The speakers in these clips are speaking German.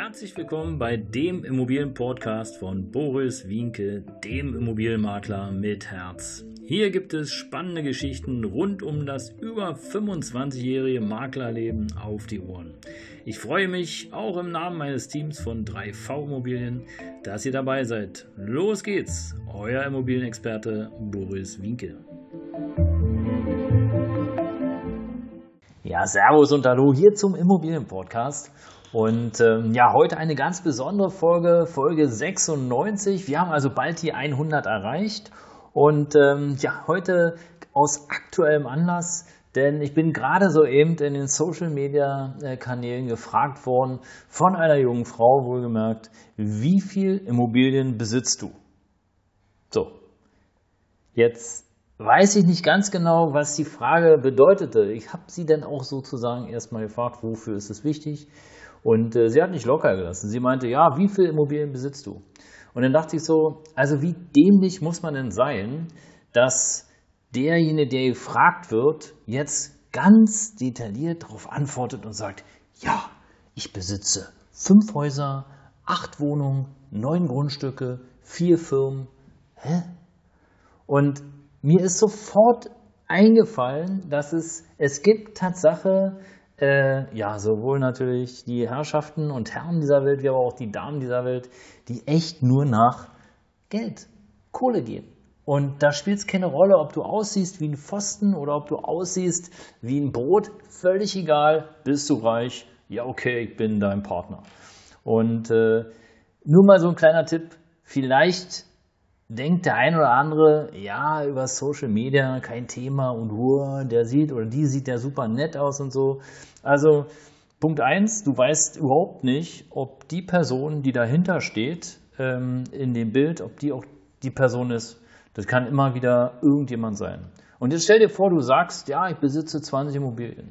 Herzlich willkommen bei dem Immobilienpodcast von Boris Wienke, dem Immobilienmakler mit Herz. Hier gibt es spannende Geschichten rund um das über 25-jährige Maklerleben auf die Ohren. Ich freue mich auch im Namen meines Teams von 3V Immobilien, dass ihr dabei seid. Los geht's, euer Immobilienexperte Boris Wienke. Ja, servus und hallo hier zum Immobilienpodcast. Und heute eine ganz besondere Folge, Folge 96. Wir haben also bald die 100 erreicht. Und heute aus aktuellem Anlass, denn ich bin gerade soeben in den Social-Media-Kanälen gefragt worden von einer jungen Frau, wohlgemerkt, wie viel Immobilien besitzt du? So, jetzt weiß ich nicht ganz genau, was die Frage bedeutete. Ich habe sie dann auch sozusagen erstmal gefragt, wofür ist es wichtig? Und sie hat nicht locker gelassen. Sie meinte, ja, wie viel Immobilien besitzt du? Und dann dachte ich so, also wie dämlich muss man denn sein, dass derjenige, der gefragt wird, jetzt ganz detailliert darauf antwortet und sagt, ja, ich besitze 5 Häuser, 8 Wohnungen, 9 Grundstücke, 4 Firmen. Hä? Und mir ist sofort eingefallen, dass es gibt Tatsache, sowohl natürlich die Herrschaften und Herren dieser Welt, wie aber auch die Damen dieser Welt, die echt nur nach Geld, Kohle gehen. Und da spielt es keine Rolle, ob du aussiehst wie ein Pfosten oder ob du aussiehst wie ein Brot. Völlig egal, bist du reich? Ja, okay, ich bin dein Partner. Und nur mal so ein kleiner Tipp, vielleicht denkt der ein oder andere, ja, über Social Media kein Thema und der sieht oder die sieht ja super nett aus und so. Also Punkt 1, du weißt überhaupt nicht, ob die Person, die dahinter steht in dem Bild, ob die auch die Person ist. Das kann immer wieder irgendjemand sein. Und jetzt stell dir vor, du sagst, ja, ich besitze 20 Immobilien.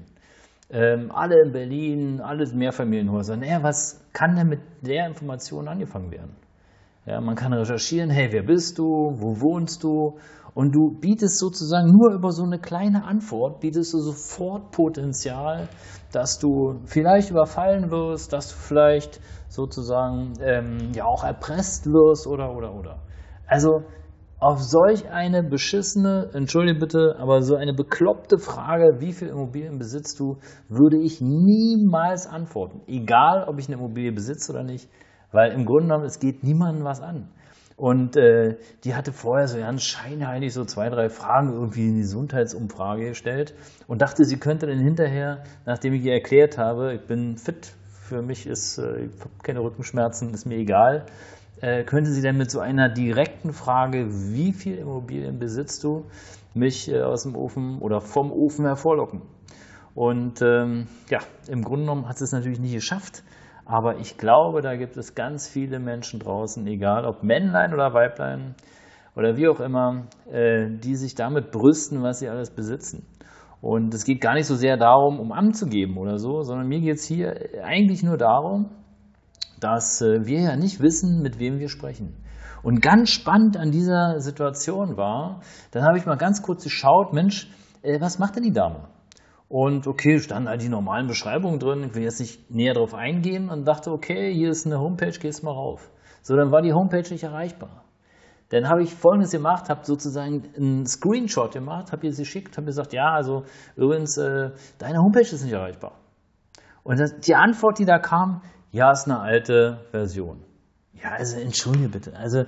Alle in Berlin, alles Mehrfamilienhäuser. Naja, was kann denn mit der Information angefangen werden? Ja, man kann recherchieren, hey, wer bist du, wo wohnst du? Und du bietest sozusagen nur über so eine kleine Antwort, bietest du sofort Potenzial, dass du vielleicht überfallen wirst, dass du vielleicht sozusagen auch erpresst wirst oder. Also auf solch eine beschissene, entschuldige bitte, aber so eine bekloppte Frage, wie viel Immobilien besitzt du, würde ich niemals antworten. Egal, ob ich eine Immobilie besitze oder nicht. Weil im Grunde genommen, es geht niemandem was an. Und die hatte vorher so ganz scheinheilig so 2, 3 Fragen irgendwie in die Gesundheitsumfrage gestellt und dachte, sie könnte dann hinterher, nachdem ich ihr erklärt habe, ich bin fit, für mich ich habe keine Rückenschmerzen, ist mir egal, könnte sie dann mit so einer direkten Frage, wie viel Immobilien besitzt du, mich aus dem Ofen oder vom Ofen hervorlocken. Und im Grunde genommen hat sie es natürlich nicht geschafft. Aber ich glaube, da gibt es ganz viele Menschen draußen, egal ob Männlein oder Weiblein oder wie auch immer, die sich damit brüsten, was sie alles besitzen. Und es geht gar nicht so sehr darum, um anzugeben oder so, sondern mir geht es hier eigentlich nur darum, dass wir ja nicht wissen, mit wem wir sprechen. Und ganz spannend an dieser Situation war, dann habe ich mal ganz kurz geschaut, Mensch, was macht denn die Dame? Und okay, standen halt die normalen Beschreibungen drin, ich will jetzt nicht näher drauf eingehen und dachte, okay, hier ist eine Homepage, gehst mal rauf. So, dann war die Homepage nicht erreichbar. Dann habe ich Folgendes gemacht, habe sozusagen einen Screenshot gemacht, habe ihr sie geschickt, habe gesagt, ja, also übrigens, deine Homepage ist nicht erreichbar. Und die Antwort, die da kam, ja, ist eine alte Version. Ja, also entschuldige bitte, also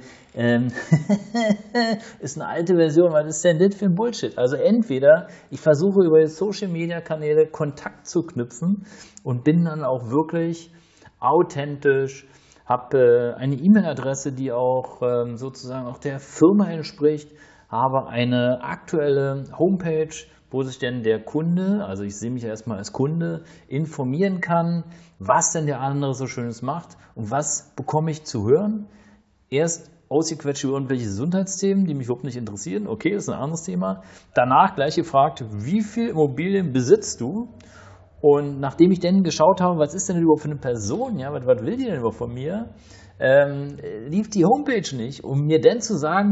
ist eine alte Version, was ist denn das für ein Bullshit? Also entweder ich versuche über die Social-Media-Kanäle Kontakt zu knüpfen und bin dann auch wirklich authentisch, habe eine E-Mail-Adresse, die auch sozusagen auch der Firma entspricht, habe eine aktuelle Homepage, wo sich denn der Kunde, also ich sehe mich ja erstmal als Kunde, informieren kann, was denn der andere so Schönes macht und was bekomme ich zu hören. Erst ausgequetscht über irgendwelche Gesundheitsthemen, die mich überhaupt nicht interessieren. Okay, das ist ein anderes Thema. Danach gleich gefragt, wie viel Immobilien besitzt du? Und nachdem ich dann geschaut habe, was ist denn überhaupt für eine Person, ja, was will die denn überhaupt von mir, lief die Homepage nicht, um mir dann zu sagen,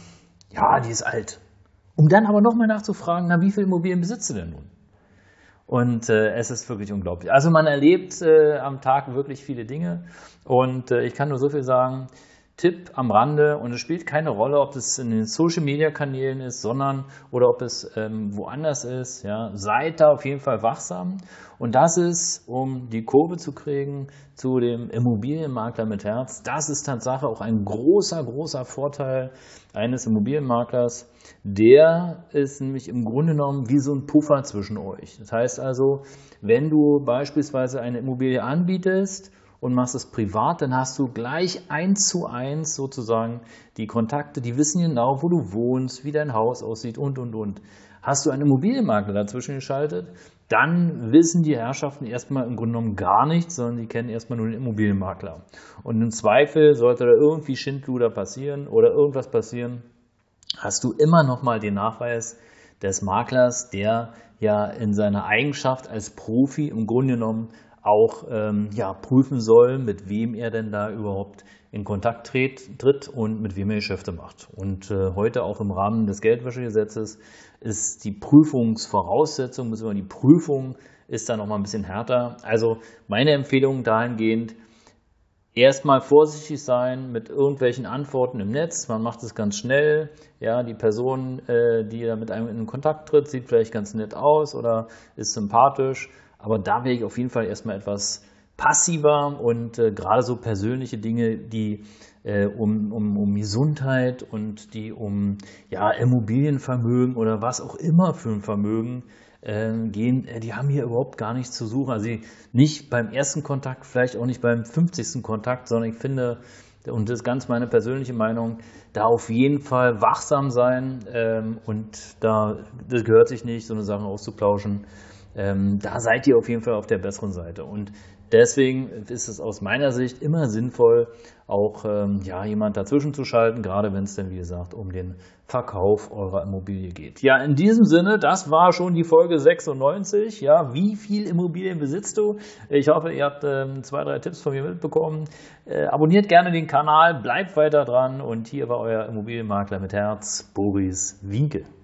die ist alt. Um dann aber nochmal nachzufragen, wie viel Immobilien besitzt du denn nun? Und es ist wirklich unglaublich. Also man erlebt am Tag wirklich viele Dinge und ich kann nur so viel sagen, Tipp am Rande, und es spielt keine Rolle, ob es in den Social-Media-Kanälen ist, sondern oder ob es woanders ist. Ja. Seid da auf jeden Fall wachsam. Und das ist, um die Kurve zu kriegen zu dem Immobilienmakler mit Herz, das ist Tatsache auch ein großer, großer Vorteil eines Immobilienmaklers. Der ist nämlich im Grunde genommen wie so ein Puffer zwischen euch. Das heißt also, wenn du beispielsweise eine Immobilie anbietest, und machst es privat, dann hast du gleich 1:1 sozusagen die Kontakte, die wissen genau, wo du wohnst, wie dein Haus aussieht und. Hast du einen Immobilienmakler dazwischen geschaltet, dann wissen die Herrschaften erstmal im Grunde genommen gar nichts, sondern die kennen erstmal nur den Immobilienmakler. Und im Zweifel sollte da irgendwie Schindluder passieren oder irgendwas passieren, hast du immer noch mal den Nachweis des Maklers, der ja in seiner Eigenschaft als Profi im Grunde genommen auch prüfen soll, mit wem er denn da überhaupt in Kontakt tritt und mit wem er Geschäfte macht. Und heute auch im Rahmen des Geldwäschegesetzes ist die Prüfungsvoraussetzung, die Prüfung ist da nochmal ein bisschen härter. Also meine Empfehlung dahingehend, erstmal vorsichtig sein mit irgendwelchen Antworten im Netz. Man macht es ganz schnell. Ja, die Person, die da mit einem in Kontakt tritt, sieht vielleicht ganz nett aus oder ist sympathisch. Aber da wäre ich auf jeden Fall erstmal etwas passiver und gerade so persönliche Dinge, die um Gesundheit und die um Immobilienvermögen oder was auch immer für ein Vermögen gehen, die haben hier überhaupt gar nichts zu suchen. Also nicht beim ersten Kontakt, vielleicht auch nicht beim 50. Kontakt, sondern ich finde, und das ist ganz meine persönliche Meinung, da auf jeden Fall wachsam sein und das gehört sich nicht, so eine Sache auszuplauschen. Da seid ihr auf jeden Fall auf der besseren Seite. Und deswegen ist es aus meiner Sicht immer sinnvoll, auch jemand dazwischen zu schalten, gerade wenn es dann, wie gesagt, um den Verkauf eurer Immobilie geht. Ja, in diesem Sinne, das war schon die Folge 96. Ja, wie viel Immobilien besitzt du? Ich hoffe, ihr habt 2, 3 Tipps von mir mitbekommen. Abonniert gerne den Kanal, bleibt weiter dran und hier war euer Immobilienmakler mit Herz, Boris Wienke.